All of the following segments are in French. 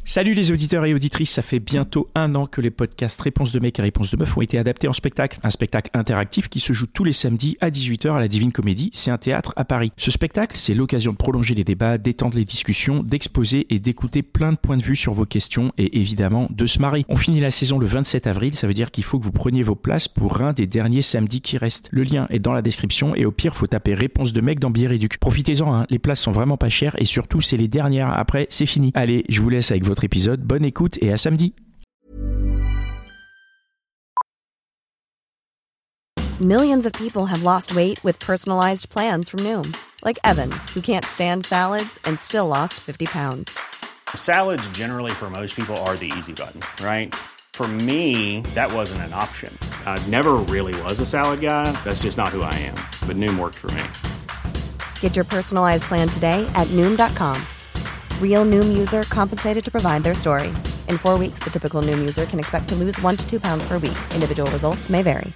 Salut les auditeurs et auditrices, ça fait bientôt 1 an que les podcasts Réponse de mec et Réponse de meuf ont été adaptés en spectacle. Un spectacle interactif qui se joue tous les samedis à 18h à la Divine Comédie, c'est un théâtre à Paris. Ce spectacle, c'est l'occasion de prolonger les débats, d'étendre les discussions, d'exposer et d'écouter plein de points de vue sur vos questions et évidemment de se marrer. On finit la saison le 27 avril, ça veut dire qu'il faut que vous preniez vos places pour un des derniers samedis qui restent. Le lien est dans la description et au pire, faut taper Réponse de mec dans Bière-Éduc. Profitez-en, hein, les places sont vraiment pas chères et surtout, c'est les dernières. Après, c'est fini. Allez, je vous laisse avec votre épisode. Bonne écoute et à samedi. Millions of people have lost weight with personalized plans from Noom. Like Evan, who can't stand salads and still lost 50 pounds. Salads generally for most people are the easy button, right? For me, that wasn't an option. I never really was a salad guy. That's just not who I am. But Noom worked for me. Get your personalized plan today at Noom.com. Real Noom user compensated to provide their story. In 4 weeks, the typical Noom user can expect to lose 1 to 2 pounds per week. Individual results may vary.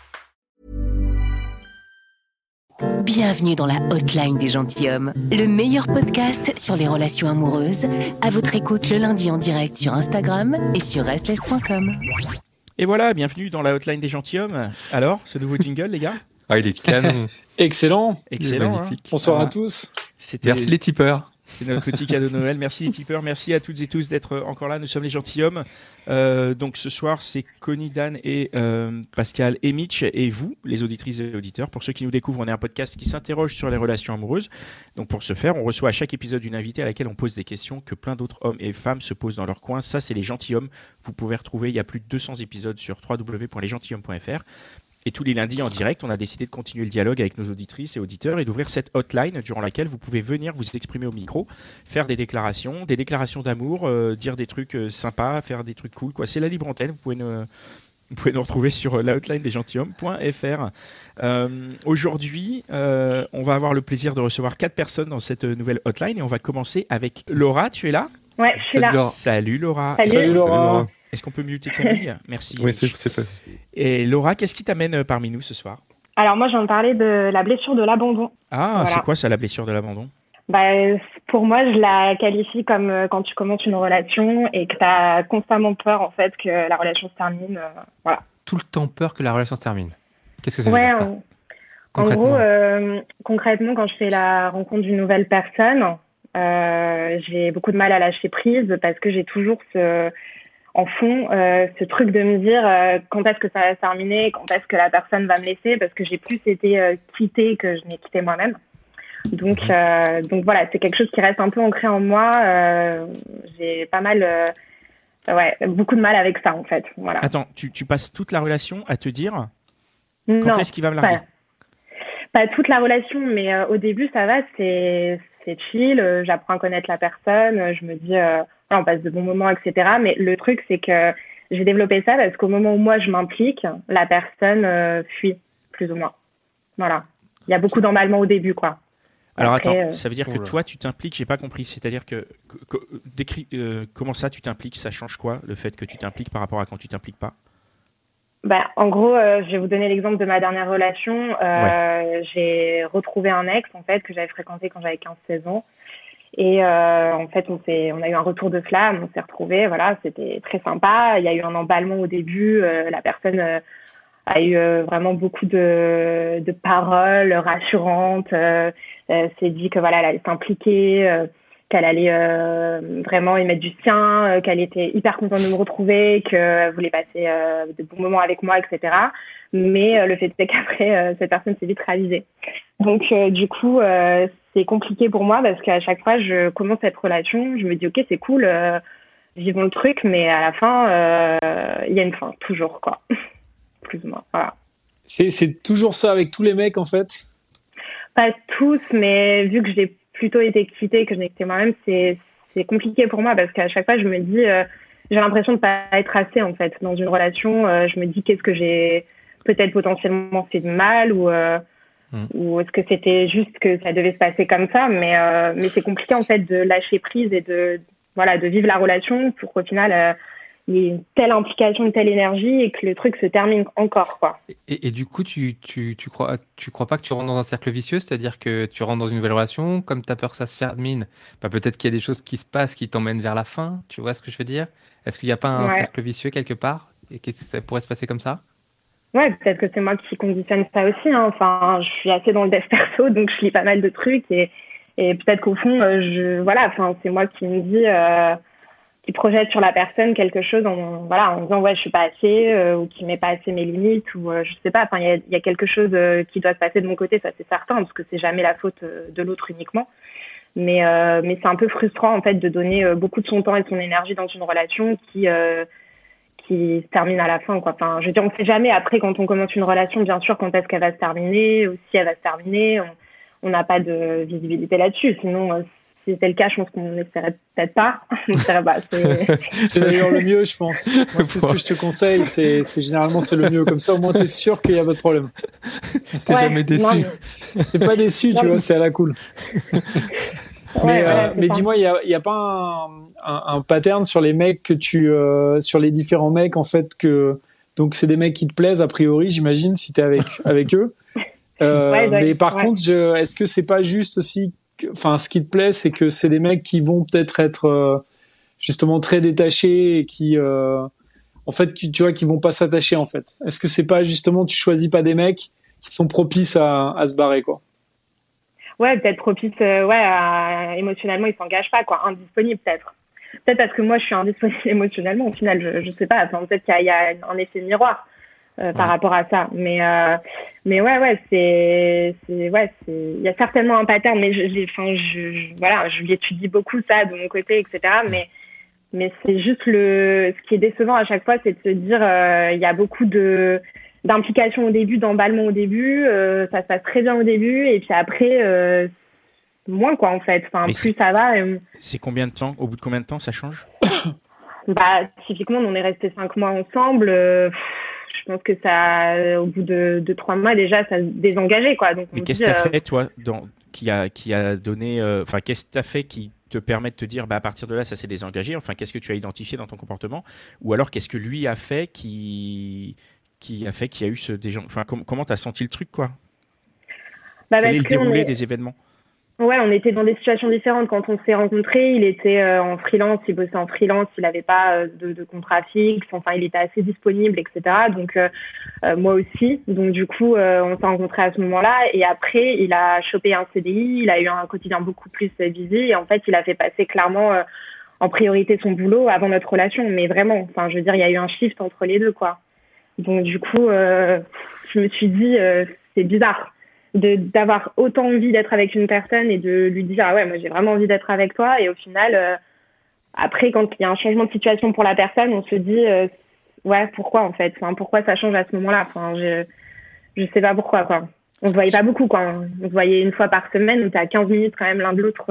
Bienvenue dans la Hotline des Gentilshommes, le meilleur podcast sur les relations amoureuses. À votre écoute le lundi en direct sur Instagram et sur restless.com. Et voilà, bienvenue dans la Hotline des Gentilshommes. Alors, ce nouveau jingle, les gars ? Ah, il est canon. Excellent. Excellent. Magnifique. Hein. Bonsoir à tous. Merci les tipeurs. C'est notre petit cadeau de Noël. Merci les tipeurs, merci à toutes et tous d'être encore là. Nous sommes les gentilshommes. Donc ce soir, c'est Connie, Dan et Pascal et Mitch et vous, les auditrices et auditeurs. Pour ceux qui nous découvrent, on est un podcast qui s'interroge sur les relations amoureuses. Donc pour ce faire, on reçoit à chaque épisode une invitée à laquelle on pose des questions que plein d'autres hommes et femmes se posent dans leur coin. Ça, c'est les gentilshommes. Vous pouvez retrouver, il y a plus de 200 épisodes sur www.lesgentilhommes.fr. Et tous les lundis en direct, on a décidé de continuer le dialogue avec nos auditrices et auditeurs et d'ouvrir cette hotline durant laquelle vous pouvez venir vous exprimer au micro, faire des déclarations d'amour, dire des trucs sympas, faire des trucs cool, quoi. C'est la libre antenne, vous pouvez nous retrouver sur la hotline des gentilshommes.fr. Aujourd'hui, on va avoir le plaisir de recevoir 4 personnes dans cette nouvelle hotline et on va commencer avec Laura. Tu es là ? Ouais, je suis là. Salut Laura. Salut Laura. Est-ce qu'on peut muter Camille ? Merci. Oui, c'est fait. Et Laura, qu'est-ce qui t'amène parmi nous ce soir ? Alors moi, je viens de parler de la blessure de l'abandon. Ah, Voilà. C'est quoi ça, la blessure de l'abandon ? Pour moi, je la qualifie comme quand tu commences une relation et que tu as constamment peur en fait que la relation se termine. Voilà. Tout le temps peur que la relation se termine. Qu'est-ce que ça veut Ouais, dire ça en concrètement? gros, concrètement, quand je fais la rencontre d'une nouvelle personne, j'ai beaucoup de mal à lâcher prise parce que j'ai toujours ce truc de me dire quand est-ce que ça va se terminer, quand est-ce que la personne va me laisser, parce que j'ai plus été quittée que je n'ai quitté moi-même. Donc voilà, c'est quelque chose qui reste un peu ancré en moi. J'ai pas mal, beaucoup de mal avec ça en fait. Voilà. Attends, tu passes toute la relation à te dire Non, quand est-ce qu'il va me larguer ? pas toute la relation, mais au début ça va, c'est chill. J'apprends à connaître la personne. Je me dis, on passe de bons moments, etc. Mais le truc, c'est que j'ai développé ça parce qu'au moment où moi je m'implique, la personne fuit plus ou moins. Voilà. Il y a beaucoup d'emballement au début, quoi. Alors Après, attends, ça veut dire que toi tu t'impliques, j'ai pas compris. C'est-à-dire que comment ça tu t'impliques, ça change quoi le fait que tu t'impliques par rapport à quand tu t'impliques pas ? En gros, je vais vous donner l'exemple de ma dernière relation. J'ai retrouvé un ex en fait que j'avais fréquenté quand j'avais 15-16 ans. Et en fait, on a eu un retour de flamme, on s'est retrouvés, voilà, c'était très sympa. Il y a eu un emballement au début, la personne a eu vraiment beaucoup de paroles rassurantes, s'est dit que voilà, elle allait s'impliquer, qu'elle allait vraiment y mettre du sien, qu'elle était hyper contente de me retrouver, qu'elle voulait passer de bons moments avec moi, etc. Mais le fait est qu'après, cette personne s'est vite réalisée. Donc, du coup, c'est compliqué pour moi parce qu'à chaque fois, je commence cette relation, je me dis, ok, c'est cool, vivons le truc, mais à la fin, il y a une fin, toujours, quoi. Plus ou moins, voilà. C'est toujours ça avec tous les mecs, en fait? Pas tous, mais vu que j'ai plutôt été quittée, que je n'ai quitté moi-même, c'est compliqué pour moi parce qu'à chaque fois, je me dis, j'ai l'impression de pas être assez, en fait. Dans une relation, je me dis, qu'est-ce que j'ai peut-être potentiellement fait de mal ou est-ce que c'était juste que ça devait se passer comme ça, mais c'est compliqué, en fait, de lâcher prise et de vivre la relation pour qu'au final, y ait une telle implication, une telle énergie et que le truc se termine encore, quoi. Et du coup, tu crois pas que tu rentres dans un cercle vicieux, c'est-à-dire que tu rentres dans une nouvelle relation, comme tu as peur que ça se termine, peut-être qu'il y a des choses qui se passent qui t'emmènent vers la fin, tu vois ce que je veux dire? Est-ce qu'il n'y a pas un cercle vicieux quelque part et que ça pourrait se passer comme ça? Ouais, peut-être que c'est moi qui conditionne ça aussi, hein. Enfin, je suis assez dans le dev perso, donc je lis pas mal de trucs et peut-être qu'au fond, c'est moi qui me dis, qui projette sur la personne quelque chose en disant ouais, je suis pas assez, ou qui met pas assez mes limites, ou je sais pas. Enfin, il y a quelque chose qui doit se passer de mon côté, ça c'est certain, parce que c'est jamais la faute de l'autre uniquement. Mais c'est un peu frustrant en fait de donner beaucoup de son temps et de son énergie dans une relation qui se termine à la fin, quoi. Enfin, je veux dire, on sait jamais après quand on commence une relation, bien sûr, quand est-ce qu'elle va se terminer, ou si elle va se terminer, on n'a pas de visibilité là-dessus. Sinon, si c'était le cas, je pense qu'on n'espérait peut-être pas. C'est d'ailleurs le mieux, je pense. Moi, c'est ce que je te conseille. C'est généralement c'est le mieux. Comme ça, au moins, t'es sûr qu'il y a pas de problème. T'es jamais déçu. T'es pas déçu, tu vois. C'est à la cool. Mais dis-moi, il y a pas un pattern sur les mecs que sur les différents mecs en fait donc c'est des mecs qui te plaisent a priori, j'imagine, si t'es avec eux. Mais par contre, est-ce que c'est pas juste aussi, enfin, ce qui te plaît, c'est que c'est des mecs qui vont peut-être être justement très détachés et qui, en fait, tu vois, qui vont pas s'attacher en fait. Est-ce que c'est pas justement, tu choisis pas des mecs qui sont propices à se barrer, quoi? Ouais, peut-être propice, émotionnellement, ils s'engagent pas, quoi, indisponible peut-être. Peut-être parce que moi, je suis indisponible émotionnellement. Au final, je sais pas. Enfin, peut-être qu'il y a un effet miroir par rapport à ça. Mais il y a certainement un pattern. Mais je l'étudie beaucoup ça de mon côté, etc. Mais c'est juste ce qui est décevant à chaque fois, c'est de se dire, il y a beaucoup d'implication au début, d'emballement au début, ça se passe très bien au début, et puis après, moins, quoi, en fait. Enfin, plus ça va. C'est combien de temps? Au bout de combien de temps ça change? Typiquement, on est resté 5 mois ensemble. Je pense que ça, au bout de 3 mois, déjà, ça se désengageait, quoi. Donc, mais qu'est-ce que t'as fait, toi, qui a donné, qu'est-ce que t'as fait qui te permet de te dire, à partir de là, ça s'est désengagé? Enfin, qu'est-ce que tu as identifié dans ton comportement? Ou alors, qu'est-ce que lui a fait qui a eu ce déjant? Enfin, comment t'as senti le truc, quoi? Quel est le déroulé des événements? Ouais, on était dans des situations différentes. Quand on s'est rencontrés, il était en freelance, il bossait en freelance, il n'avait pas de contrat fixe, enfin, il était assez disponible, etc. Donc, moi aussi. Donc, du coup, on s'est rencontrés à ce moment-là. Et après, il a chopé un CDI, il a eu un quotidien beaucoup plus busy. Et en fait, il a fait passer clairement en priorité son boulot avant notre relation. Mais vraiment, enfin, je veux dire, il y a eu un shift entre les deux, quoi. Donc, du coup, je me suis dit, c'est bizarre d'avoir autant envie d'être avec une personne et de lui dire, ah ouais, moi j'ai vraiment envie d'être avec toi. Et au final, après, quand il y a un changement de situation pour la personne, on se dit, ouais, pourquoi en fait? Enfin, pourquoi ça change à ce moment-là? Enfin, je sais pas pourquoi, quoi. On se voyait pas beaucoup, quoi. On se voyait une fois par semaine, on était à 15 minutes quand même l'un de l'autre.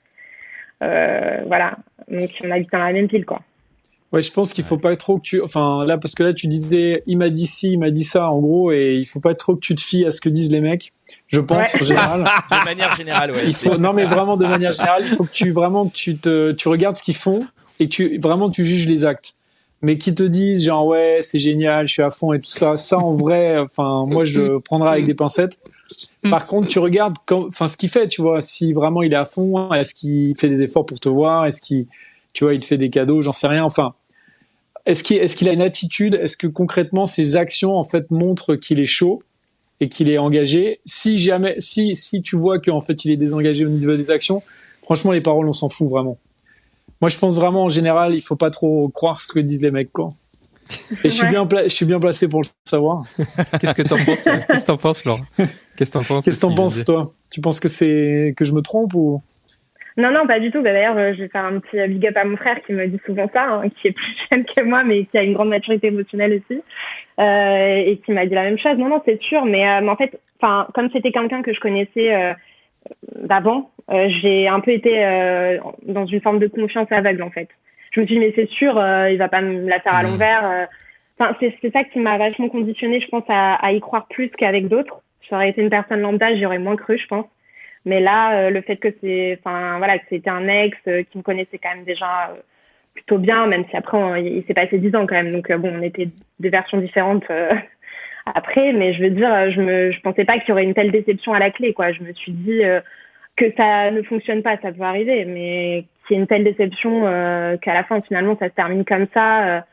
Voilà. Donc, on habite dans la même ville, quoi. Ouais, je pense qu'il faut pas trop que parce que là, tu disais, il m'a dit ci, il m'a dit ça, en gros, et il faut pas trop que tu te fies à ce que disent les mecs. Je pense, en général. De manière générale, ouais. Non, mais vraiment, de manière générale, il faut que tu regardes ce qu'ils font et que tu juges les actes. Mais qui te disent, genre, ouais, c'est génial, je suis à fond et tout ça. Ça, en vrai, moi, je le prendrai avec des pincettes. Par contre, tu regardes, ce qu'il fait, tu vois, si vraiment il est à fond, est-ce qu'il fait des efforts pour te voir, est-ce qu'il, tu vois, il te fait des cadeaux, j'en sais rien, enfin. Est-ce qu'il a une attitude? Est-ce que concrètement ses actions en fait montrent qu'il est chaud et qu'il est engagé? Si tu vois qu'en fait il est désengagé au niveau des actions, franchement les paroles on s'en fout vraiment. Moi je pense vraiment en général il faut pas trop croire ce que disent les mecs, quoi. Et je suis bien placé pour le savoir. Qu'est-ce que t'en penses? Qu'est-ce que t'en penses, Laure? Qu'est-ce que t'en penses toi? Tu penses que je me trompe ou? Non, pas du tout. D'ailleurs, je vais faire un petit big up à mon frère qui me dit souvent ça, qui est plus jeune que moi, mais qui a une grande maturité émotionnelle aussi, et qui m'a dit la même chose. Non, c'est sûr, mais en fait, comme c'était quelqu'un que je connaissais d'avant, j'ai un peu été dans une forme de confiance aveugle, en fait. Je me suis dit, mais c'est sûr, il va pas me la faire à l'envers. C'est ça qui m'a vachement conditionnée, je pense, à y croire plus qu'avec d'autres. J'aurais été une personne lambda, j'y aurais moins cru, je pense. Mais là, le fait que c'était un ex qui me connaissait quand même déjà plutôt bien, même si après il s'est passé 10 ans quand même. Donc bon, on était des versions différentes après, mais je veux dire, je pensais pas qu'il y aurait une telle déception à la clé, quoi. Je me suis dit que ça ne fonctionne pas, ça peut arriver, mais qu'il y ait une telle déception qu'à la fin finalement ça se termine comme ça.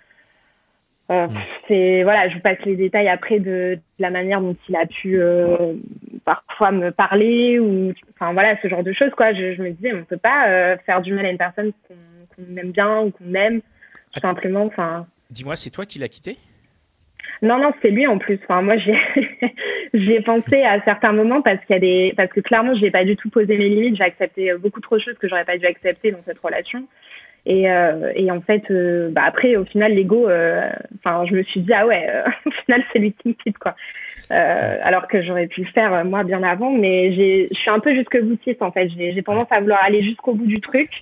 C'est voilà, je vous passe les détails après de la manière dont il a pu parfois me parler ou enfin voilà ce genre de choses quoi. Je me disais on peut pas faire du mal à une personne qu'on aime bien ou qu'on aime tout simplement. Enfin. Dis-moi, c'est toi qui l'as quitté? Non, c'est lui en plus. Enfin moi j'y ai pensé à certains moments parce que clairement je n'ai pas du tout posé mes limites. J'ai accepté beaucoup trop de choses que j'aurais pas dû accepter dans cette relation. Et en fait, après, au final, l'ego, je me suis dit, ah ouais, au final, c'est lui qui me quitte, quoi. Alors que j'aurais pu le faire, moi, bien avant, mais je suis un peu jusque-boutiste, en fait. J'ai tendance à vouloir aller jusqu'au bout du truc.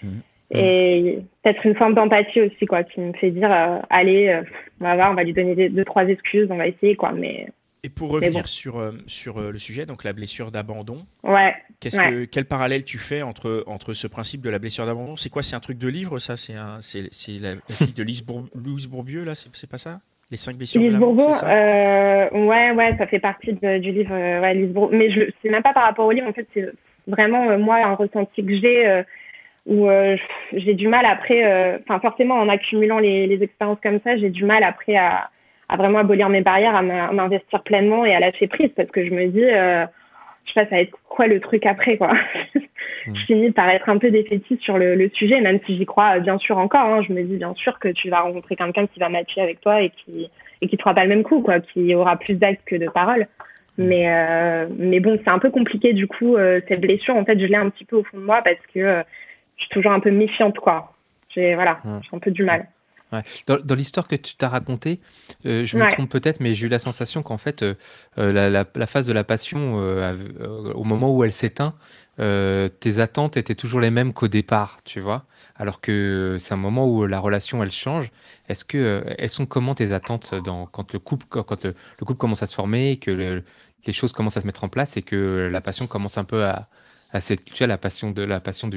Et peut-être une forme d'empathie aussi, quoi, qui me fait dire, allez, on va voir, on va lui donner 2-3 excuses, on va essayer, quoi, mais... Et pour revenir sur le sujet, donc la blessure d'abandon, quel parallèle tu fais entre ce principe de la blessure d'abandon? C'est quoi? C'est un truc de livre, ça? C'est la fille de Lise Bourbieu, là? C'est pas ça? Les 5 blessures de l'amour, c'est ça? Ouais, ça fait partie du livre Lise Bourbieu. Mais c'est même pas par rapport au livre, en fait, c'est vraiment, moi, un ressenti que j'ai où j'ai du mal après, forcément, en accumulant les expériences comme ça, j'ai du mal après à vraiment abolir mes barrières, à m'investir pleinement et à lâcher prise parce que je me dis, je sais pas, ça va être quoi le truc après, quoi. Je finis par être un peu défaitiste sur le sujet, même si j'y crois bien sûr encore. Hein. Je me dis bien sûr que tu vas rencontrer quelqu'un qui va matcher avec toi et qui te fera pas le même coup, quoi, qui aura plus d'actes que de paroles. Mais bon, c'est un peu compliqué du coup, cette blessure. En fait, je l'ai un petit peu au fond de moi parce que je suis toujours un peu méfiante, quoi. J'ai un peu du mal. Ouais. Dans l'histoire que tu t'as racontée, je me trompe peut-être, mais j'ai eu la sensation qu'en fait, la phase de la passion, au moment où elle s'éteint, tes attentes étaient toujours les mêmes qu'au départ, tu vois. Alors que c'est un moment où la relation, elle change. Elles sont comment tes attentes quand le couple commence à se former, que les choses commencent à se mettre en place et que la passion commence un peu à s'effectuer, la passion de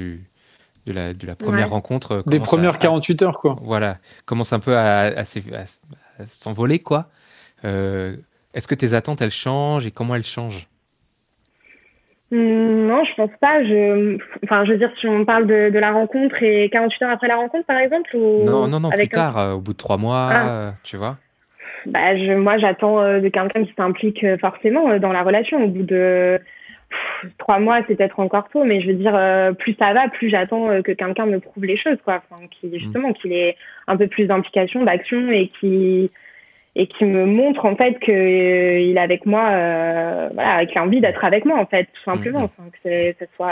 la première rencontre. Des premières 48 heures, quoi. Voilà, commence un peu à s'envoler, quoi. Est-ce que tes attentes, elles changent et comment elles changent? Non, je pense pas. Je veux dire, si on parle de la rencontre et 48 heures après la rencontre, par exemple ou Non, plus tard, au bout de 3 mois, tu vois. Moi, j'attends de quelqu'un qui s'implique forcément dans la relation. Au bout de 3 mois, c'est peut-être encore tôt, mais je veux dire, plus ça va, plus j'attends que quelqu'un me prouve les choses, quoi. Enfin, qu'il ait un peu plus d'implication, d'action et qui me montre en fait qu'il est avec moi, avec l'envie d'être avec moi en fait, tout simplement. Enfin, que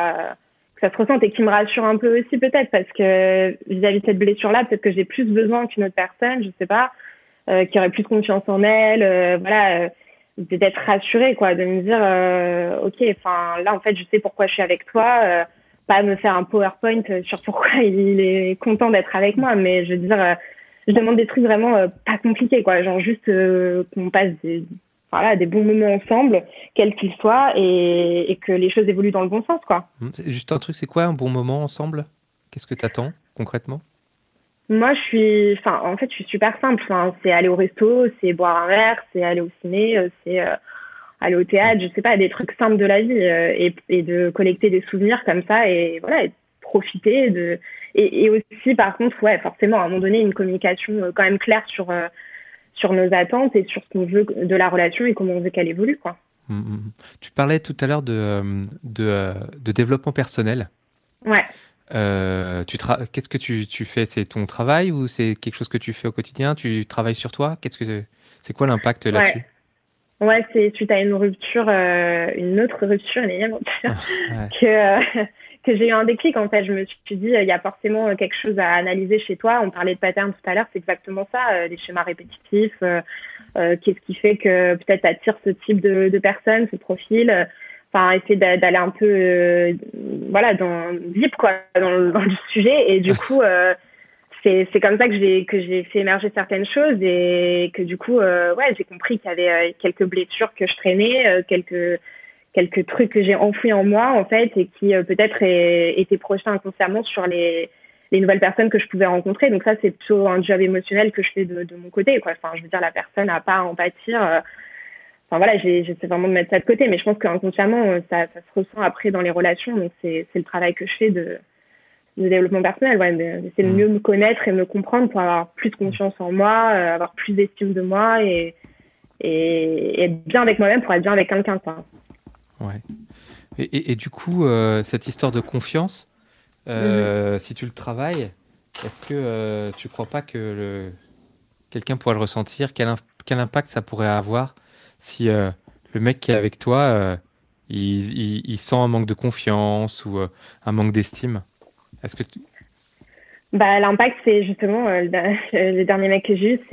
ça se ressente et qu'il me rassure un peu aussi peut-être parce que vis-à-vis de cette blessure-là, peut-être que j'ai plus besoin qu'une autre personne, je sais pas, qui aurait plus confiance en elle, d'être rassurée, quoi, de me dire ok, enfin là en fait je sais pourquoi je suis avec toi, pas me faire un PowerPoint sur pourquoi il est content d'être avec moi, mais je veux dire je demande des trucs vraiment pas compliqués, quoi, genre juste qu'on passe des bons moments ensemble, quels qu'ils soient, et que les choses évoluent dans le bon sens, quoi. Juste un truc, c'est quoi un bon moment ensemble? Qu'est-ce que t'attends concrètement? Moi, je suis super simple. Enfin, c'est aller au resto, c'est boire un verre, c'est aller au ciné, c'est aller au théâtre, je sais pas, des trucs simples de la vie et de collecter des souvenirs comme ça et voilà, et profiter et aussi par contre, ouais, forcément, à un moment donné, une communication quand même claire sur nos attentes et sur ce qu'on veut de la relation et comment on veut qu'elle évolue, quoi. Tu parlais tout à l'heure de développement personnel. Ouais. Qu'est-ce que tu fais? C'est ton travail ou c'est quelque chose que tu fais au quotidien? Tu travailles sur toi? C'est quoi l'impact là-dessus? Ouais, c'est suite à une rupture, une autre rupture, une énième rupture, que j'ai eu un déclic. En fait, je me suis dit, il y a forcément quelque chose à analyser chez toi. On parlait de pattern tout à l'heure, c'est exactement ça, des schémas répétitifs. Qu'est-ce qui fait que peut-être t'attires ce type de personnes, ce profil? Enfin, essayer d'aller un peu, dans deep, quoi, dans le sujet. Et du coup, c'est comme ça que j'ai fait émerger certaines choses et que du coup, j'ai compris qu'il y avait quelques blessures que je traînais, quelques trucs que j'ai enfouis en moi, en fait, et qui peut-être étaient projetés inconsciemment sur les les nouvelles personnes que je pouvais rencontrer. Donc ça, c'est plutôt un job émotionnel que je fais de mon côté, quoi. Enfin, je veux dire, la personne n'a pas à en pâtir. Enfin voilà, j'essaie vraiment de mettre ça de côté, mais je pense qu'inconsciemment, ça se ressent après dans les relations. Donc c'est le travail que je fais de développement personnel, ouais, d'essayer de mieux me connaître et me comprendre pour avoir plus de confiance en moi, avoir plus d'estime de moi et être bien avec moi-même pour être bien avec quelqu'un, quoi. Ouais. Et du coup, cette histoire de confiance, si tu le travailles, est-ce que tu crois pas que quelqu'un pourrait le ressentir? Quel impact ça pourrait avoir si le mec qui est avec toi, il sent un manque de confiance ou un manque d'estime? Est-ce que l'impact, c'est justement le dernier mec que j'ai eu,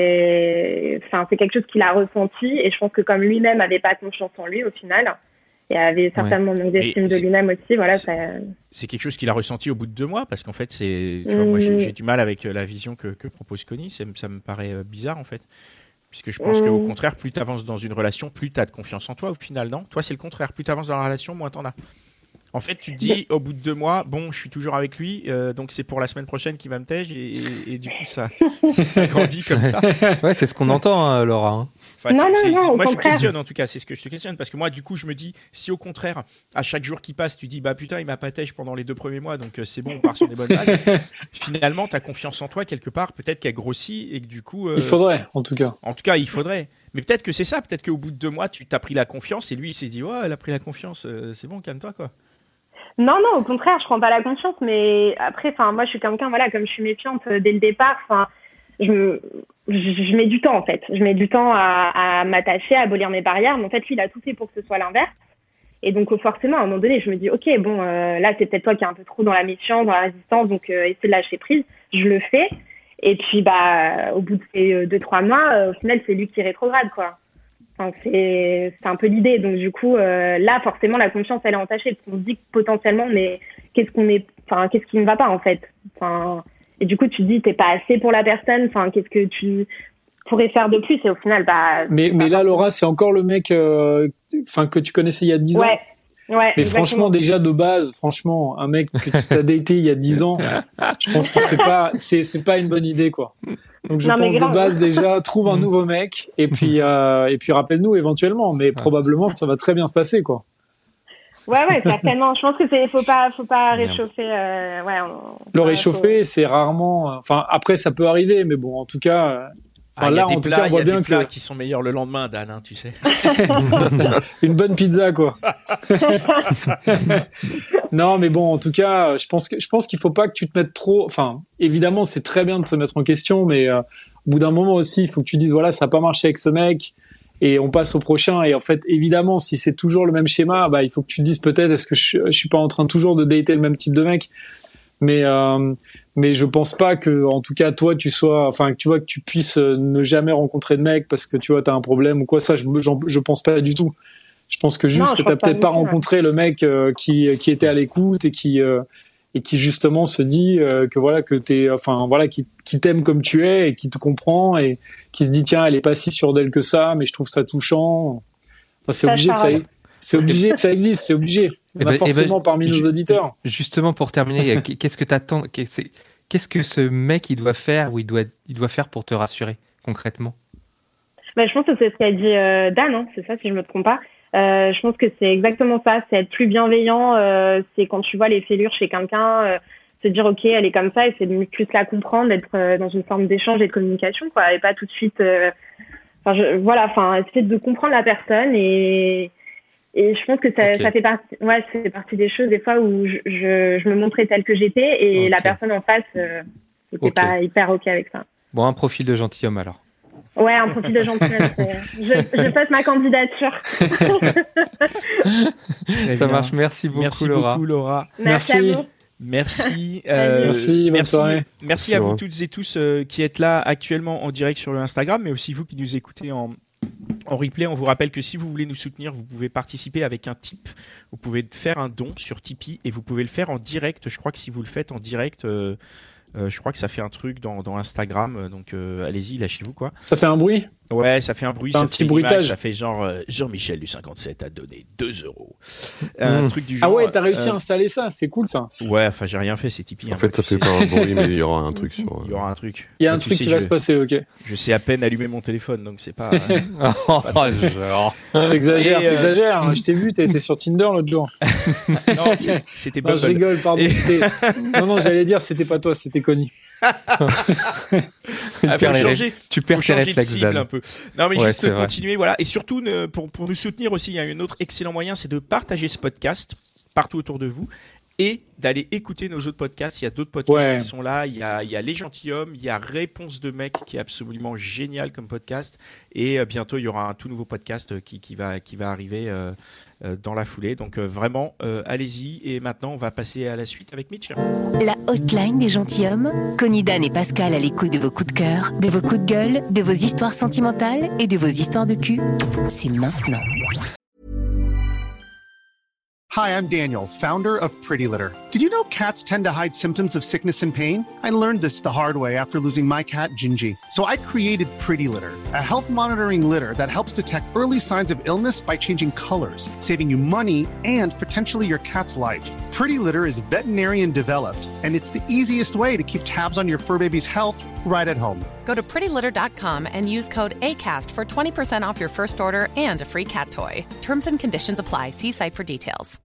c'est quelque chose qu'il a ressenti, et je pense que comme lui-même avait pas confiance en lui au final, et avait certainement manque d'estime de lui-même aussi, voilà. C'est quelque chose qu'il a ressenti au bout de 2 mois, parce qu'en fait, tu vois, moi j'ai du mal avec la vision que propose Connie, ça me paraît bizarre en fait. Puisque je pense qu'au contraire, plus tu avances dans une relation, plus tu as de confiance en toi au final, non? Toi, c'est le contraire. Plus tu avances dans la relation, moins tu en as. En fait, tu te dis, au bout de 2 mois, bon, je suis toujours avec lui, donc c'est pour la semaine prochaine qu'il va me tège, et du coup, ça grandit comme ça. Ouais, c'est ce qu'on entend, hein, Laura. Hein. Enfin, non, moi, je te questionne, en tout cas, c'est ce que je te questionne, parce que moi, du coup, je me dis, si au contraire, à chaque jour qui passe, tu dis, bah putain, il m'a pas tège pendant les 2 premiers mois, donc c'est bon, on part sur des bonnes bases. Finalement, ta confiance en toi, quelque part, peut-être qu'elle grossit, et que du coup... il faudrait, en tout cas. En tout cas, il faudrait. Mais peut-être que c'est ça, peut-être qu'au bout de 2 mois, tu t'as pris la confiance, et lui, il s'est dit, ouais, elle a pris la confiance, c'est bon, calme-toi, quoi. Non, au contraire, je prends pas la confiance, mais après, moi, je suis quelqu'un, voilà, comme je suis méfiante dès le départ, je mets du temps, en fait. Je mets du temps à m'attacher, à abolir mes barrières, mais en fait, lui, il a tout fait pour que ce soit l'inverse. Et donc, forcément, à un moment donné, je me dis, ok, bon, là, c'est peut-être toi qui es un peu trop dans la méfiance, dans la résistance, donc essaie de lâcher prise. Je le fais. Et puis, au bout de ces 2-3 mois, au final, c'est lui qui rétrograde, quoi. Enfin, c'est un peu l'idée. Donc du coup, là, forcément, la confiance, elle est entachée, parce qu'on se dit que potentiellement, mais qu'est-ce qui ne va pas en fait. Et du coup, tu te dis, t'es pas assez pour la personne. Qu'est-ce que tu pourrais faire de plus? Et au final, Mais là, Laura, c'est encore le mec, que tu connaissais il y a 10 ans. Ouais, mais exactement. franchement, déjà de base, un mec que tu t'as daté il y a 10 ans, je pense que c'est pas une bonne idée, quoi. Donc je pense de base déjà, trouve un nouveau mec, et puis rappelle-nous éventuellement, mais probablement ça va très bien se passer, quoi. Ouais, certainement. Je pense que faut pas réchauffer. Le réchauffer, c'est rarement. Après ça peut arriver, mais bon, en tout cas. Là, en tout cas, on voit bien que qui sont meilleurs le lendemain, Dan, hein, tu sais. Une bonne pizza, quoi. Non, mais bon, en tout cas, je pense qu'il faut pas que tu te mettes trop. Évidemment, c'est très bien de se mettre en question, mais au bout d'un moment aussi, il faut que tu dises, voilà, ça n'a pas marché avec ce mec, et on passe au prochain. Et en fait, évidemment, si c'est toujours le même schéma, il faut que tu te dises peut-être, est-ce que je suis pas en train toujours de dater le même type de mec, mais je pense pas que, en tout cas, toi, que tu puisses ne jamais rencontrer de mec parce que tu vois, t'as un problème ou quoi. Ça, je pense pas du tout. Je pense que juste que t'as peut-être pas rencontré le mec qui était à l'écoute et qui justement se dit que voilà, que qui t'aime comme tu es et qui te comprend et qui se dit tiens, elle est pas si sûre d'elle que ça, mais je trouve ça touchant. C'est obligé que ça existe, c'est obligé. On a forcément parmi nos auditeurs. Justement, pour terminer, qu'est-ce que t'attends? Qu'est-ce que ce mec il doit faire ou il doit faire pour te rassurer concrètement? Je pense que c'est ce qu'a dit Dan, hein, c'est ça, si je me trompe pas. Je pense que c'est exactement ça, c'est être plus bienveillant. C'est quand tu vois les fêlures chez quelqu'un, se dire ok, elle est comme ça, et c'est de plus la comprendre, d'être dans une forme d'échange et de communication, quoi, et pas tout de suite. Essayer de comprendre la personne et je pense que ça fait partie. Ouais, c'est partie des choses des fois où je me montrais telle que j'étais et la personne en face n'était pas hyper ok avec ça. Bon, un profil de gentilhomme alors. Ouais, un profil de gentilhomme. Je passe ma candidature. Ça marche. Merci beaucoup, Laura. Merci à vous. Merci. Bonne soirée. Merci à vous toutes et tous qui êtes là actuellement en direct sur le Instagram, mais aussi vous qui nous écoutez en replay. On vous rappelle que si vous voulez nous soutenir, vous pouvez participer avec un tip. Vous pouvez faire un don sur Tipeee et vous pouvez le faire en direct. Je crois que si vous le faites en direct, je crois que ça fait un truc dans Instagram. Donc allez-y, lâchez-vous, quoi. Ça fait un bruit? Ouais, ça fait un bruit, un petit bruitage. Ça fait genre Jean-Michel du 57 a donné 2 €. Un truc du genre. Ah ouais, t'as réussi à installer ça, c'est cool ça. Ouais, enfin j'ai rien fait, c'est Tipeee. En fait, ça fait pas un bruit, mais il y aura un truc sur. Il y aura un truc. Il y a un truc qui va se passer, ok. Je sais à peine allumer mon téléphone, donc c'est pas. Genre. T'exagères. Je t'ai vu, t'as été sur Tinder l'autre jour. Non, c'était pas. Non, je rigole, pardon. Non, j'allais dire, c'était pas toi, c'était Connie. Tu perds tes réflexes un peu. Non mais ouais, juste continuer, voilà. Et surtout pour nous soutenir aussi, il y a un autre excellent moyen, c'est de partager ce podcast partout autour de vous et d'aller écouter nos autres podcasts. Il y a d'autres podcasts qui sont là. Il y a Les Gentilshommes, il y a Réponse de mec qui est absolument génial comme podcast. Et bientôt il y aura un tout nouveau podcast qui va arriver dans la foulée. Donc vraiment, allez-y. Et maintenant, on va passer à la suite avec Mitch. La hotline des gentilshommes. Connie, Dan et Pascal à l'écoute de vos coups de cœur, de vos coups de gueule, de vos histoires sentimentales et de vos histoires de cul. C'est maintenant. Hi, I'm Daniel, founder of Pretty Litter. Did you know cats tend to hide symptoms of sickness and pain? I learned this the hard way after losing my cat, Gingy. So I created Pretty Litter, a health monitoring litter that helps detect early signs of illness by changing colors, saving you money and potentially your cat's life. Pretty Litter is veterinarian developed, and it's the easiest way to keep tabs on your fur baby's health right at home. Go to prettylitter.com and use code ACAST for 20% off your first order and a free cat toy. Terms and conditions apply. See site for details.